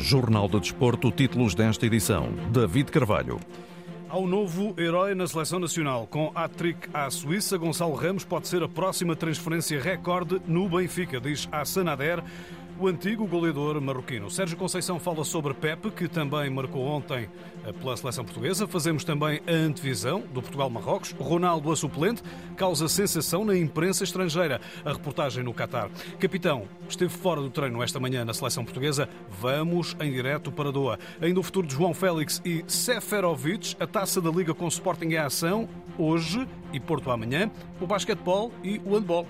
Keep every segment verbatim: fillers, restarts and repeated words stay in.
Jornal de Desporto, títulos desta edição. David Carvalho. Há um novo herói na seleção nacional. Com hat-trick à Suíça, Gonçalo Ramos pode ser a próxima transferência recorde no Benfica, diz Hassan Hader, o antigo goleador marroquino. Sérgio Conceição fala sobre Pepe, que também marcou ontem pela seleção portuguesa. Fazemos também a antevisão do Portugal-Marrocos. Ronaldo, a suplente, causa sensação na imprensa estrangeira. A reportagem no Qatar. Capitão, esteve fora do treino esta manhã na seleção portuguesa. Vamos em direto para Doha. Ainda o futuro de João Félix e Seferovic. A taça da Liga com o Sporting em ação hoje e Porto amanhã. O basquetebol e o handball.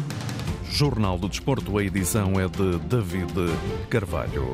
Jornal do Desporto, a edição é de David Carvalho.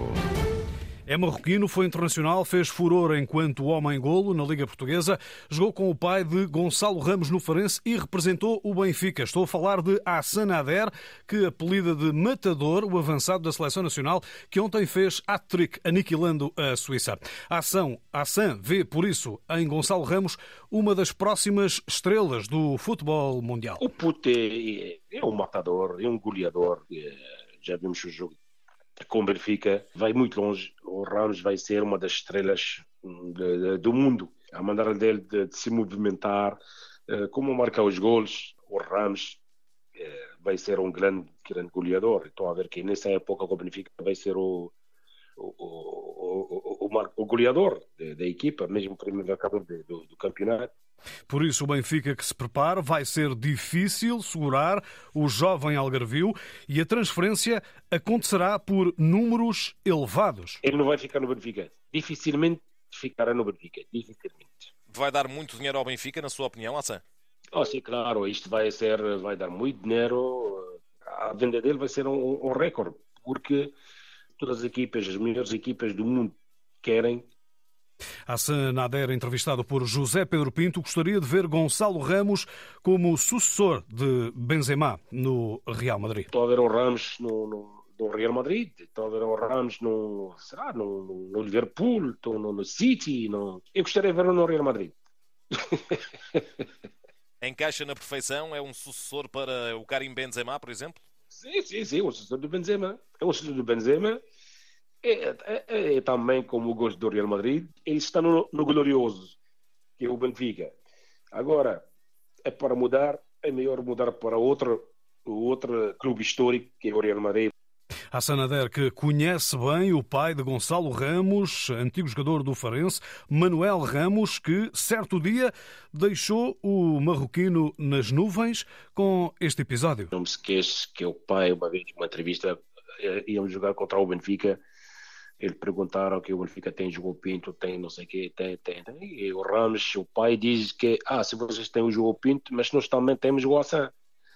É marroquino, foi internacional, fez furor enquanto homem-golo na Liga Portuguesa, jogou com o pai de Gonçalo Ramos no Farense e representou o Benfica. Estou a falar de Hassan Hader, que apelida de Matador o avançado da Seleção Nacional, que ontem fez hat-trick, aniquilando a Suíça. Hassan, Hassan vê, por isso, em Gonçalo Ramos, uma das próximas estrelas do futebol mundial. O puto é, é um matador, é um goleador. Já vimos o jogo com o Benfica, vai muito longe. O Ramos vai ser uma das estrelas de, de, do mundo. A maneira dele de, de se movimentar, como marcar os golos, o Ramos vai ser um grande, grande goleador. Estou a ver que nessa época com o Benfica vai ser o, o, o, o, o, o goleador da equipa, mesmo primeiro acabou do, do campeonato. Por isso, o Benfica que se prepara, vai ser difícil segurar o jovem algarvio e a transferência acontecerá por números elevados. Ele não vai ficar no Benfica. Dificilmente ficará no Benfica. Dificilmente. Vai dar muito dinheiro ao Benfica, na sua opinião, Hassan? Oh, sim, claro. Isto vai ser, vai dar muito dinheiro. A venda dele vai ser um, um recorde, porque todas as equipas, as melhores equipas do mundo querem. Hassan Hader, entrevistado por José Pedro Pinto, gostaria de ver Gonçalo Ramos como sucessor de Benzema no Real Madrid. Estou a ver o Ramos no, no, no Real Madrid, estou a ver o Ramos no, será, no, no Liverpool, estou no, no City. No... Eu gostaria de ver no Real Madrid. Encaixa na perfeição? É um sucessor para o Karim Benzema, por exemplo? Sim, sim, sim, o sucessor do Benzema. É o sucessor do Benzema. É, é, é também como o gosto do Real Madrid. Ele está no, no glorioso, que é o Benfica. Agora, é para mudar, é melhor mudar para outro, outro clube histórico, que é o Real Madrid. Hassan Hader, que conhece bem o pai de Gonçalo Ramos, antigo jogador do Farense, Manuel Ramos, que certo dia deixou o marroquino nas nuvens com este episódio. Não me esqueço que o pai, uma vez numa entrevista, íamos jogar contra o Benfica. Ele perguntaram que o Benfica tem João Pinto, tem não sei o quê, tem, tem, tem. E o Ramos, o pai, diz que, ah, se vocês têm o João Pinto, mas nós também temos o Hassan.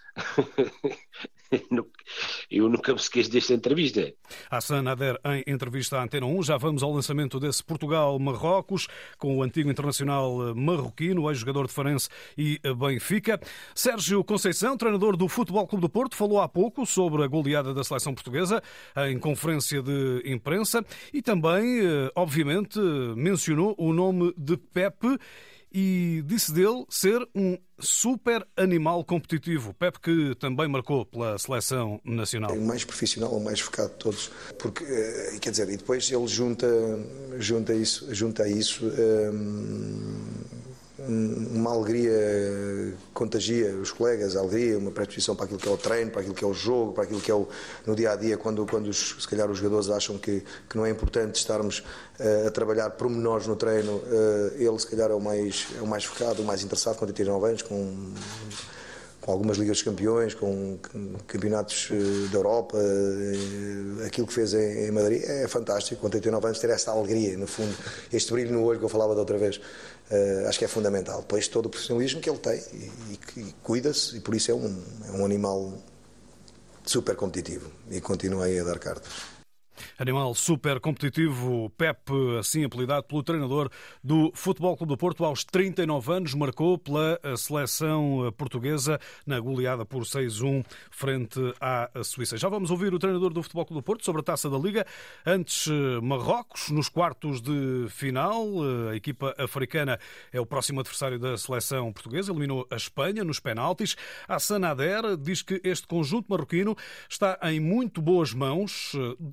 Eu nunca me esqueço desta entrevista. Hassan Hader em entrevista à Antena um. Já vamos ao lançamento desse Portugal-Marrocos com o antigo internacional marroquino, ex-jogador de Farense e Benfica. Sérgio Conceição, treinador do Futebol Clube do Porto, falou há pouco sobre a goleada da seleção portuguesa em conferência de imprensa e também, obviamente, mencionou o nome de Pepe e disse dele ser um super animal competitivo. Pepe, que também marcou pela seleção nacional. É o mais profissional, o mais focado de todos. Porque, quer dizer, e depois ele junta, junta, isso, junta a isso um, uma alegria, contagia os colegas, a alegria, uma predisposição para aquilo que é o treino, para aquilo que é o jogo, para aquilo que é o, no dia-a-dia, quando, quando os, se calhar os jogadores acham que, que não é importante estarmos uh, a trabalhar pormenores no treino, uh, ele se calhar é o mais, é o mais focado, o mais interessado, com trinta e nove anos, com, com algumas Ligas dos Campeões, com, com campeonatos uh, da Europa, uh, aquilo que fez em, em Madrid é fantástico, com trinta e nove anos ter esta alegria, no fundo, este brilho no olho que eu falava da outra vez. Uh, acho que é fundamental. Depois todo o profissionalismo que ele tem e, e, e cuida-se, e por isso é um, é um animal super competitivo e continua aí a dar cartas. Animal super competitivo, Pepe, assim apelidado pelo treinador do Futebol Clube do Porto, aos trinta e nove anos, marcou pela seleção portuguesa na goleada por seis a um frente à Suíça. Já vamos ouvir o treinador do Futebol Clube do Porto sobre a Taça da Liga. Antes, Marrocos, nos quartos de final. A equipa africana é o próximo adversário da seleção portuguesa. Eliminou a Espanha nos penaltis. Hassan Hader diz que este conjunto marroquino está em muito boas mãos de um antigo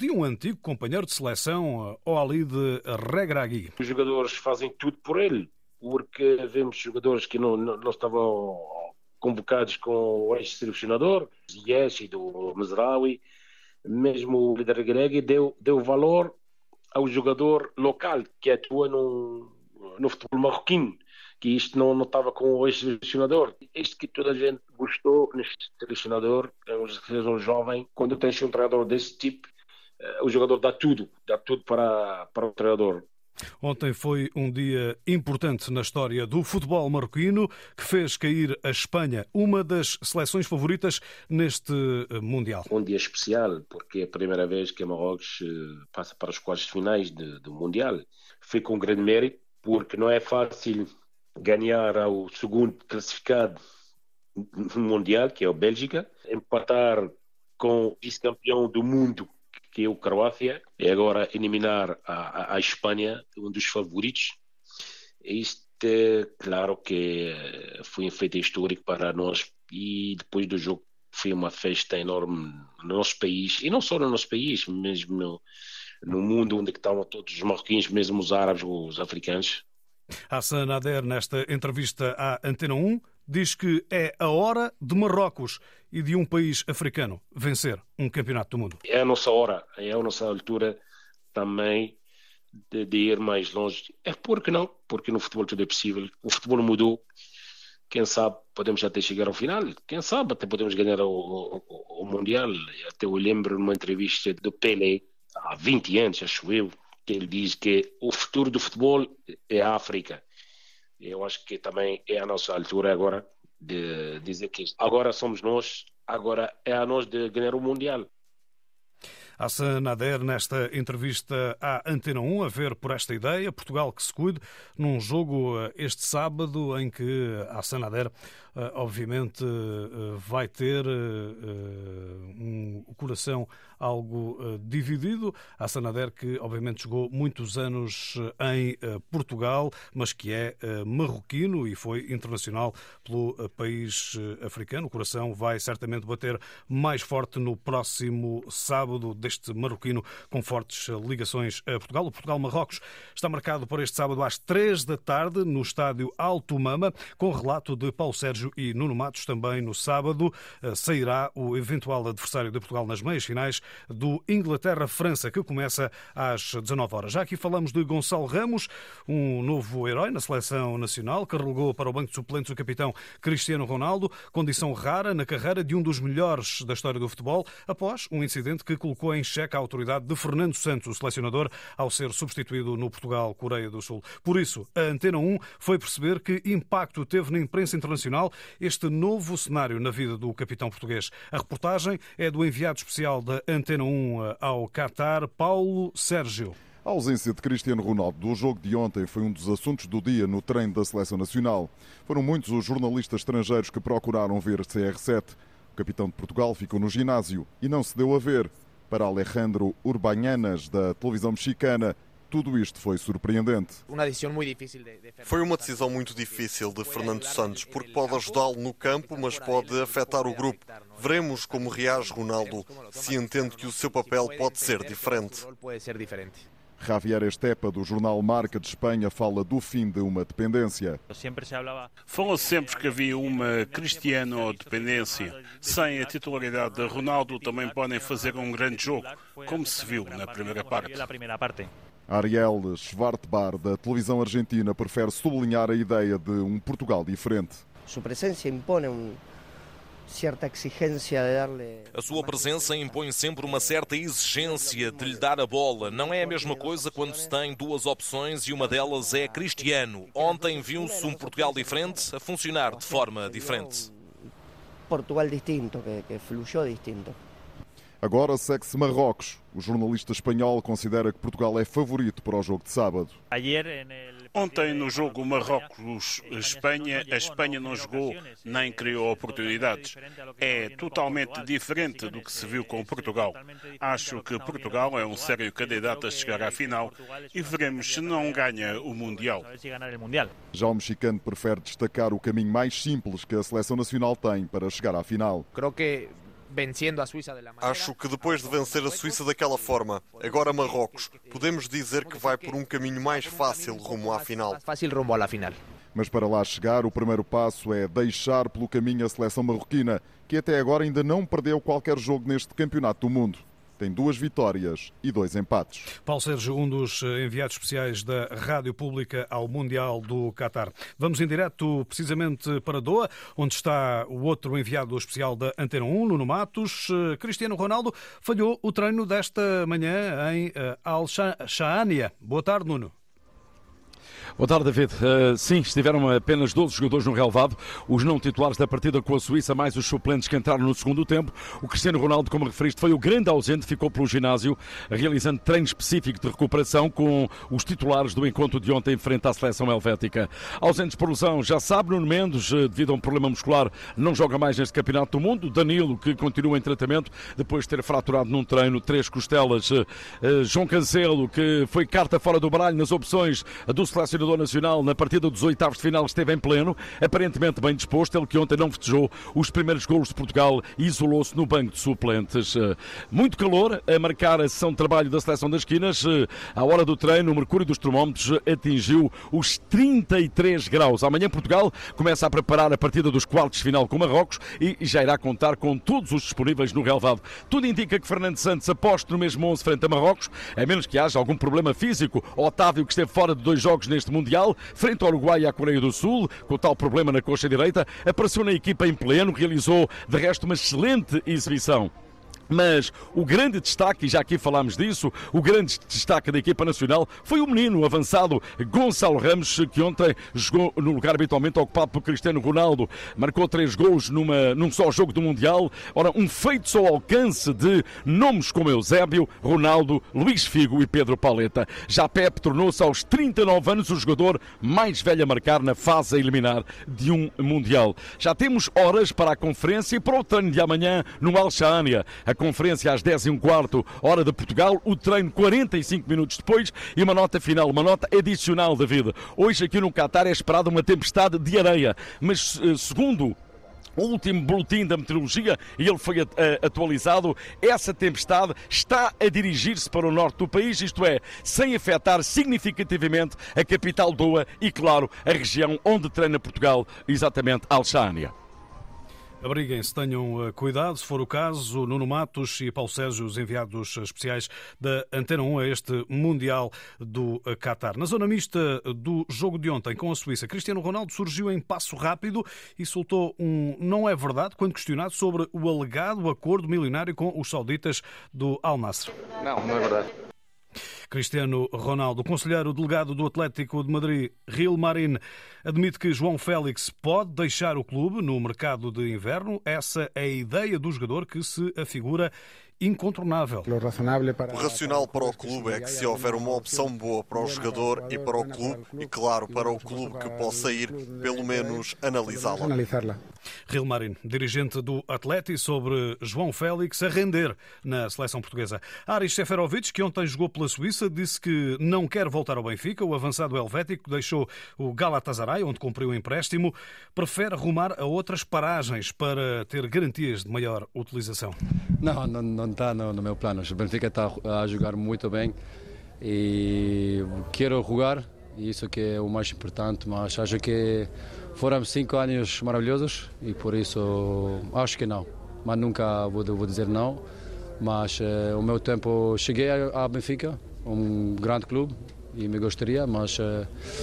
antigo companheiro de seleção, Walid Regragui. Os jogadores fazem tudo por ele, porque vemos jogadores que não, não, não estavam convocados com o ex-selecionador, Ziyech e do Mezraoui. Mesmo o líder Regragui deu, deu valor ao jogador local que atua no, no futebol marroquino, que isto não, não estava com o ex-selecionador. Isto que toda a gente gostou neste selecionador, é um selecionador jovem. Quando tens um treinador desse tipo, o jogador dá tudo, dá tudo para, para o treinador. Ontem foi um dia importante na história do futebol marroquino, que fez cair a Espanha, uma das seleções favoritas neste Mundial. Um dia especial, porque é a primeira vez que Marrocos passa para os quartos de finais de, do Mundial. Foi com grande mérito, porque não é fácil ganhar ao segundo classificado no Mundial, que é a Bélgica, empatar com o vice-campeão do mundo, que é o Croácia, e agora eliminar a, a, a Espanha, um dos favoritos. Isto é claro que foi um feito histórico para nós, e depois do jogo foi uma festa enorme no nosso país, e não só no nosso país, mesmo no, no mundo onde estavam todos os marroquinos, mesmo os árabes, os africanos. Hassan Ader, nesta entrevista à Antena um, diz que é a hora de Marrocos e de um país africano vencer um campeonato do mundo. É a nossa hora, é a nossa altura também de, de ir mais longe. É porque não? Porque no futebol tudo é possível. O futebol mudou. Quem sabe podemos até chegar ao final. Quem sabe até podemos ganhar o, o, o Mundial. Até eu lembro numa entrevista do Pelé, há vinte anos, acho eu, que ele diz que o futuro do futebol é a África. Eu acho que também é a nossa altura agora de dizer que agora somos nós, agora é a nós de ganhar o Mundial. Hassan Ader, nesta entrevista à Antena um, a ver por esta ideia, Portugal que se cuide, num jogo este sábado em que Hassan Ader, obviamente, vai ter um coração algo dividido. Hassan Ader, que obviamente jogou muitos anos em Portugal, mas que é marroquino e foi internacional pelo país africano. O coração vai certamente bater mais forte no próximo sábado deste marroquino com fortes ligações a Portugal. O Portugal-Marrocos está marcado para este sábado às três da tarde no estádio Alto Mama, com relato de Paulo Sérgio e Nuno Matos. Também no sábado sairá o eventual adversário de Portugal nas meias finais do Inglaterra-França, que começa às dezanove horas. Já aqui falamos de Gonçalo Ramos, um novo herói na seleção nacional, que relegou para o banco de suplentes o capitão Cristiano Ronaldo, condição rara na carreira de um dos melhores da história do futebol, após um incidente que colocou em xeque a autoridade de Fernando Santos, o selecionador, ao ser substituído no Portugal-Coreia do Sul. Por isso, a Antena um foi perceber que impacto teve na imprensa internacional este novo cenário na vida do capitão português. A reportagem é do enviado especial da Antena um ao Qatar, Paulo Sérgio. A ausência de Cristiano Ronaldo do jogo de ontem foi um dos assuntos do dia no treino da Seleção Nacional. Foram muitos os jornalistas estrangeiros que procuraram ver C R sete. O capitão de Portugal ficou no ginásio e não se deu a ver. Para Alejandro Urbañanas, da televisão mexicana, tudo isto foi surpreendente. Foi uma decisão muito difícil de Fernando Santos, porque pode ajudá-lo no campo, mas pode afetar o grupo. Veremos como reage Ronaldo, se entende que o seu papel pode ser diferente. Javier Estepa, do jornal Marca de Espanha, fala do fim de uma dependência. Fala sempre que havia uma cristiano-dependência. Sem a titularidade de Ronaldo, também podem fazer um grande jogo, como se viu na primeira parte. Ariel Schwartbar, da televisão argentina, prefere sublinhar a ideia de um Portugal diferente. Sua presença impõe um... A sua presença impõe sempre uma certa exigência de lhe dar a bola. Não é a mesma coisa quando se tem duas opções e uma delas é Cristiano. Ontem viu-se um Portugal diferente a funcionar de forma diferente. Portugal distinto, que, que fluyó distinto. Agora segue-se Marrocos. O jornalista espanhol considera que Portugal é favorito para o jogo de sábado. Ontem, no jogo Marrocos-Espanha, a Espanha não jogou nem criou oportunidades. É totalmente diferente do que se viu com Portugal. Acho que Portugal é um sério candidato a chegar à final e veremos se não ganha o Mundial. Já o mexicano prefere destacar o caminho mais simples que a seleção nacional tem para chegar à final. Creo que Acho que depois de vencer a Suíça daquela forma, agora Marrocos, podemos dizer que vai por um caminho mais fácil rumo à final. Mas para lá chegar, o primeiro passo é deixar pelo caminho a seleção marroquina, que até agora ainda não perdeu qualquer jogo neste campeonato do mundo. Tem duas vitórias e dois empates. Paulo Sérgio, um dos enviados especiais da Rádio Pública ao Mundial do Qatar. Vamos em direto precisamente para Doha, onde está o outro enviado especial da Antena um, Nuno Matos. Cristiano Ronaldo falhou o treino desta manhã em Al-Shahania. Boa tarde, Nuno. Boa tarde, David. Uh, sim, estiveram apenas doze jogadores no relvado, os não titulares da partida com a Suíça, mais os suplentes que entraram no segundo tempo. O Cristiano Ronaldo, como referiste, foi o grande ausente, ficou pelo ginásio, realizando treino específico de recuperação com os titulares do encontro de ontem frente à seleção helvética. Ausentes por lesão, já sabe, Nuno Mendes, devido a um problema muscular, não joga mais neste Campeonato do Mundo. Danilo, que continua em tratamento, depois de ter fraturado num treino três costelas. Uh, João Cancelo, que foi carta fora do baralho nas opções do selecionador nacional na partida dos oitavos de final, esteve em pleno, aparentemente bem disposto, ele que ontem não festejou os primeiros golos de Portugal e isolou-se no banco de suplentes. Muito calor a marcar a sessão de trabalho da seleção das esquinas. À hora do treino, o mercúrio dos termómetros atingiu os trinta e três graus. Amanhã Portugal começa a preparar a partida dos quartos de final com Marrocos e já irá contar com todos os disponíveis no relvado. Tudo indica que Fernando Santos aposte no mesmo onze frente a Marrocos, a menos que haja algum problema físico. Otávio, que esteve fora de dois jogos neste Mundial, frente ao Uruguai e à Coreia do Sul, com o tal problema na coxa direita, apareceu na equipa em pleno, realizou de resto uma excelente exibição. Mas o grande destaque, e já aqui falámos disso, o grande destaque da equipa nacional foi o menino avançado Gonçalo Ramos, que ontem jogou no lugar habitualmente ocupado por Cristiano Ronaldo. Marcou três golos numa, num só jogo do Mundial. Ora, um feito ao alcance de nomes como Eusébio, Ronaldo, Luís Figo e Pedro Pauleta. Já Pepe tornou-se aos trinta e nove anos o jogador mais velho a marcar na fase a eliminar de um Mundial. Já temos horas para a conferência e para o treino de amanhã no Al-Shahania. A conferência às dez e um quarto, hora de Portugal, o treino quarenta e cinco minutos depois e uma nota final, uma nota adicional da vida. Hoje aqui no Qatar é esperada uma tempestade de areia, mas segundo o último boletim da meteorologia, e ele foi atualizado, essa tempestade está a dirigir-se para o norte do país, isto é, sem afetar significativamente a capital Doha e, claro, a região onde treina Portugal, exatamente Al-Shahania. Abriguem-se, tenham cuidado, se for o caso. Nuno Matos e Paulo Sérgio, os enviados especiais da Antena um a este Mundial do Qatar. Na zona mista do jogo de ontem com a Suíça, Cristiano Ronaldo surgiu em passo rápido e soltou um não é verdade quando questionado sobre o alegado acordo milionário com os sauditas do Al Nassr. Não, não é verdade. Cristiano Ronaldo, o conselheiro delegado do Atlético de Madrid, Gil Marín, admite que João Félix pode deixar o clube no mercado de inverno. Essa é a ideia do jogador que se afigura incontornável. O racional para o clube é que se houver uma opção boa para o jogador e para o clube, e claro, para o clube que possa ir, pelo menos analisá-la. Gil Marín, dirigente do Atleti, sobre João Félix a render na seleção portuguesa. Aris Seferovic, que ontem jogou pela Suíça, disse que não quer voltar ao Benfica. O avançado helvético deixou o Galatasaray, onde cumpriu o empréstimo. Prefere rumar a outras paragens para ter garantias de maior utilização. Não, não, não está no, no meu plano. O Benfica está a jogar muito bem e quero jogar, e isso que é o mais importante, mas acho que foram cinco anos maravilhosos e por isso acho que não, mas nunca vou, vou dizer não, mas uh, o meu tempo, cheguei a, a Benfica, um grande clube e me gostaria, mas uh,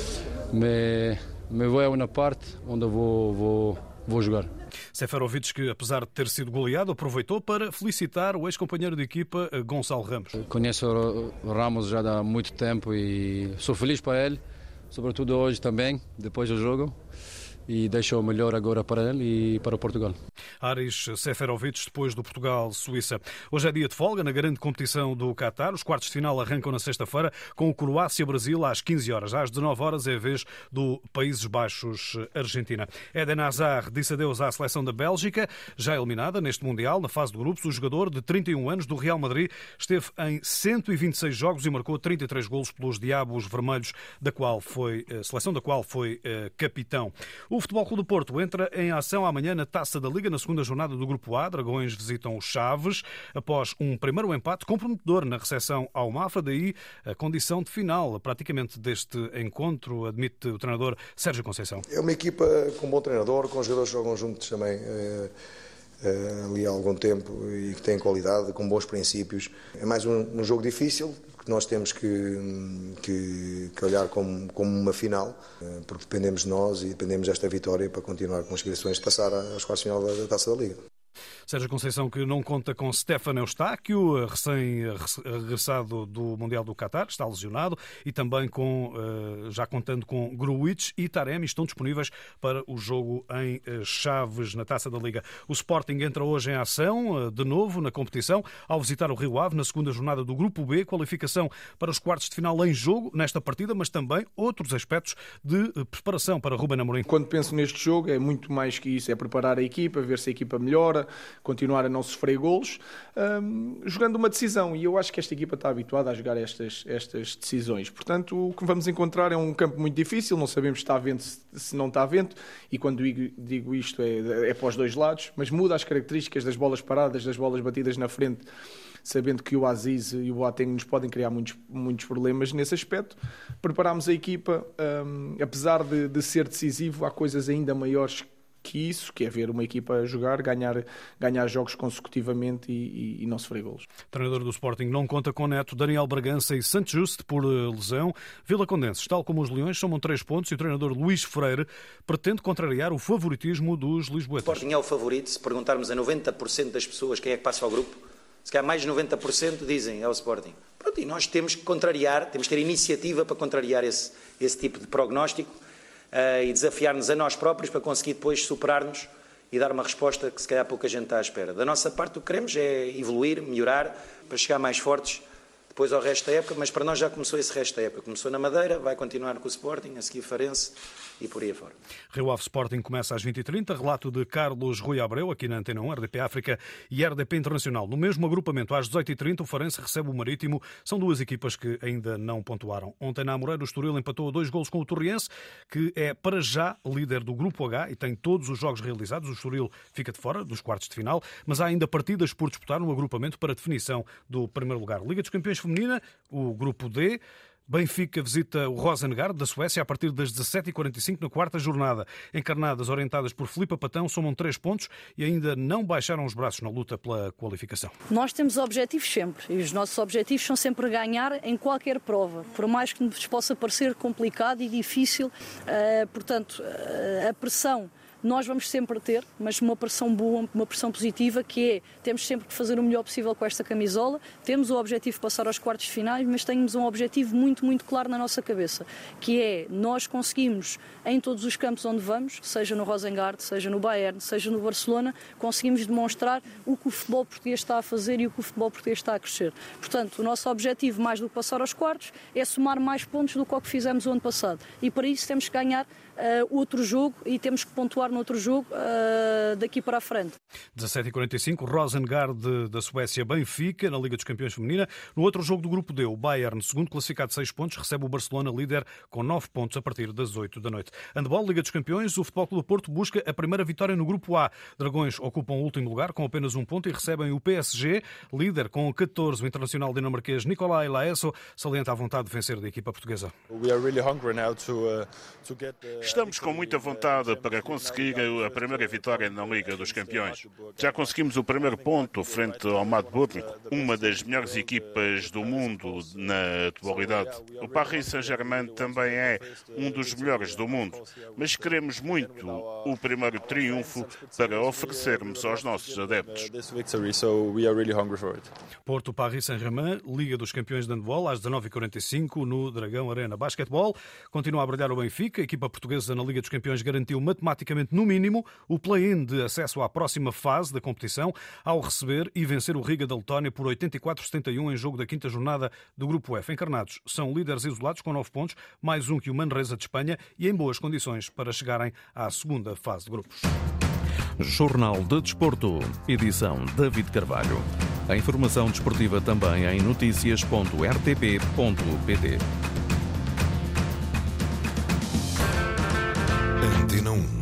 me, me vou a uma parte onde vou, vou, vou jogar. Seferovic, que apesar de ter sido goleado, aproveitou para felicitar o ex-companheiro de equipa, Gonçalo Ramos. Conheço o Ramos já há muito tempo e sou feliz para ele, sobretudo hoje também, depois do jogo. E deixa o melhor agora para ele e para o Portugal. Aris Seferovic, depois do Portugal-Suíça. Hoje é dia de folga na grande competição do Qatar. Os quartos de final arrancam na sexta-feira com o Croácia-Brasil às quinze horas. Às dezanove horas é a vez do Países Baixos-Argentina. Eden Hazard disse adeus à seleção da Bélgica, já eliminada neste Mundial. Na fase de grupos, o jogador de trinta e um anos do Real Madrid esteve em cento e vinte e seis jogos e marcou trinta e três golos pelos Diabos Vermelhos, da qual foi, seleção da qual foi capitão. O Futebol Clube do Porto entra em ação amanhã na Taça da Liga, na segunda jornada do Grupo A. Dragões visitam o Chaves após um primeiro empate comprometedor na recepção ao Mafra. Daí a condição de final praticamente deste encontro, admite o treinador Sérgio Conceição. É uma equipa com um bom treinador, com jogadores que jogam juntos também é, é, ali há algum tempo e que têm qualidade, com bons princípios. É mais um, um jogo difícil, que nós temos que, que, que olhar como, como uma final, porque dependemos de nós e dependemos desta vitória para continuar com as aspirações de passar aos quartos de final da, da Taça da Liga. Sérgio Conceição, que não conta com Stefano Eustáquio, recém-regressado do Mundial do Qatar, está lesionado, e também com, já contando com Gruitch e Taremi, estão disponíveis para o jogo em Chaves, na Taça da Liga. O Sporting entra hoje em ação, de novo, na competição, ao visitar o Rio Ave, na segunda jornada do Grupo B, qualificação para os quartos de final em jogo nesta partida, mas também outros aspectos de preparação para Ruben Amorim. Quando penso neste jogo, é muito mais que isso, é preparar a equipa, ver se a equipa melhora, continuar a não sofrer golos, um, jogando uma decisão. E eu acho que esta equipa está habituada a jogar estas, estas decisões. Portanto, o que vamos encontrar é um campo muito difícil, não sabemos se está a vento, se não está a vento, e quando digo isto é, é para os dois lados, mas muda as características das bolas paradas, das bolas batidas na frente, sabendo que o Aziz e o Boateng nos podem criar muitos, muitos problemas nesse aspecto. Preparámos a equipa, um, apesar de, de ser decisivo, há coisas ainda maiores que isso, que é ver uma equipa jogar, ganhar, ganhar jogos consecutivamente e, e, e não sofrer golos. O treinador do Sporting não conta com Neto, Daniel Bragança e Santos Juste por lesão. Vila Condenses, tal como os Leões, somam três pontos e o treinador Luís Freire pretende contrariar o favoritismo dos lisboetas. O Sporting é o favorito. Se perguntarmos a noventa por cento das pessoas quem é que passa ao grupo, se calhar mais de noventa por cento dizem é o Sporting. Pronto, e nós temos que contrariar, temos que ter iniciativa para contrariar esse, esse tipo de prognóstico. Uh, e desafiar-nos a nós próprios para conseguir depois superar-nos e dar uma resposta que se calhar pouca gente está à espera. Da nossa parte o que queremos é evoluir, melhorar, para chegar mais fortes depois ao resto da época, mas para nós já começou esse resto da época. Começou na Madeira, vai continuar com o Sporting, a seguir Farense e por aí afora. Rio Ave Sporting começa às vinte e trinta, relato de Carlos Rui Abreu, aqui na Antena um, R D P África e R D P Internacional. No mesmo agrupamento, às dezoito e trinta, o Farense recebe o Marítimo. São duas equipas que ainda não pontuaram. Ontem na Amoreira, o Estoril empatou a dois golos com o Torriense, que é para já líder do Grupo H e tem todos os jogos realizados. O Estoril fica de fora dos quartos de final, mas há ainda partidas por disputar no agrupamento para definição do primeiro lugar. Liga dos Campeões Feminina, o Grupo D. Benfica visita o Rosengard da Suécia a partir das dezassete e quarenta e cinco na quarta jornada. Encarnadas orientadas por Filipa Patão somam três pontos e ainda não baixaram os braços na luta pela qualificação. Nós temos objetivos sempre e os nossos objetivos são sempre ganhar em qualquer prova, por mais que nos possa parecer complicado e difícil. Uh, portanto, uh, a pressão nós vamos sempre ter, mas uma pressão boa, uma pressão positiva, que é, temos sempre que fazer o melhor possível com esta camisola, temos o objetivo de passar aos quartos de finais, mas temos um objetivo muito, muito claro na nossa cabeça, que é, nós conseguimos, em todos os campos onde vamos, seja no Rosengard, seja no Bayern, seja no Barcelona, conseguimos demonstrar o que o futebol português está a fazer e o que o futebol português está a crescer. Portanto, o nosso objetivo, mais do que passar aos quartos, é somar mais pontos do que o que fizemos o ano passado. E para isso temos que ganhar Uh, outro jogo e temos que pontuar no outro jogo uh, daqui para a frente. dezassete e quarenta e cinco, Rosengard da Suécia, Benfica, na Liga dos Campeões Feminina. No outro jogo do Grupo D, o Bayern, segundo classificado de seis pontos, recebe o Barcelona, líder, com nove pontos a partir das oito da noite. Handball, Liga dos Campeões, o Futebol Clube do Porto busca a primeira vitória no Grupo A. Dragões ocupam o último lugar com apenas um ponto e recebem o P S G, líder com catorze. O internacional dinamarquês Nicolai Laesso salienta a vontade de vencer da equipa portuguesa. We are really hungry now to, uh, to get, uh... Estamos com muita vontade para conseguir a primeira vitória na Liga dos Campeões. Já conseguimos o primeiro ponto frente ao Magdeburg, uma das melhores equipas do mundo na atualidade. O Paris Saint-Germain também é um dos melhores do mundo, mas queremos muito o primeiro triunfo para oferecermos aos nossos adeptos. Porto, Paris Saint-Germain, Liga dos Campeões de Handball, às dezanove e quarenta e cinco no Dragão Arena. Basquetebol, continua a brilhar o Benfica, a equipa portuguesa na Liga dos Campeões garantiu matematicamente, no mínimo, o play-in de acesso à próxima fase da competição ao receber e vencer o Riga da Letónia por oitenta e quatro a setenta e um em jogo da quinta jornada do Grupo F. Encarnados são líderes isolados com nove pontos, mais um que o Manresa de Espanha e em boas condições para chegarem à segunda fase de grupos. Jornal de Desporto, edição David Carvalho. A informação desportiva também em notícias ponto r t p ponto p t. Antena um.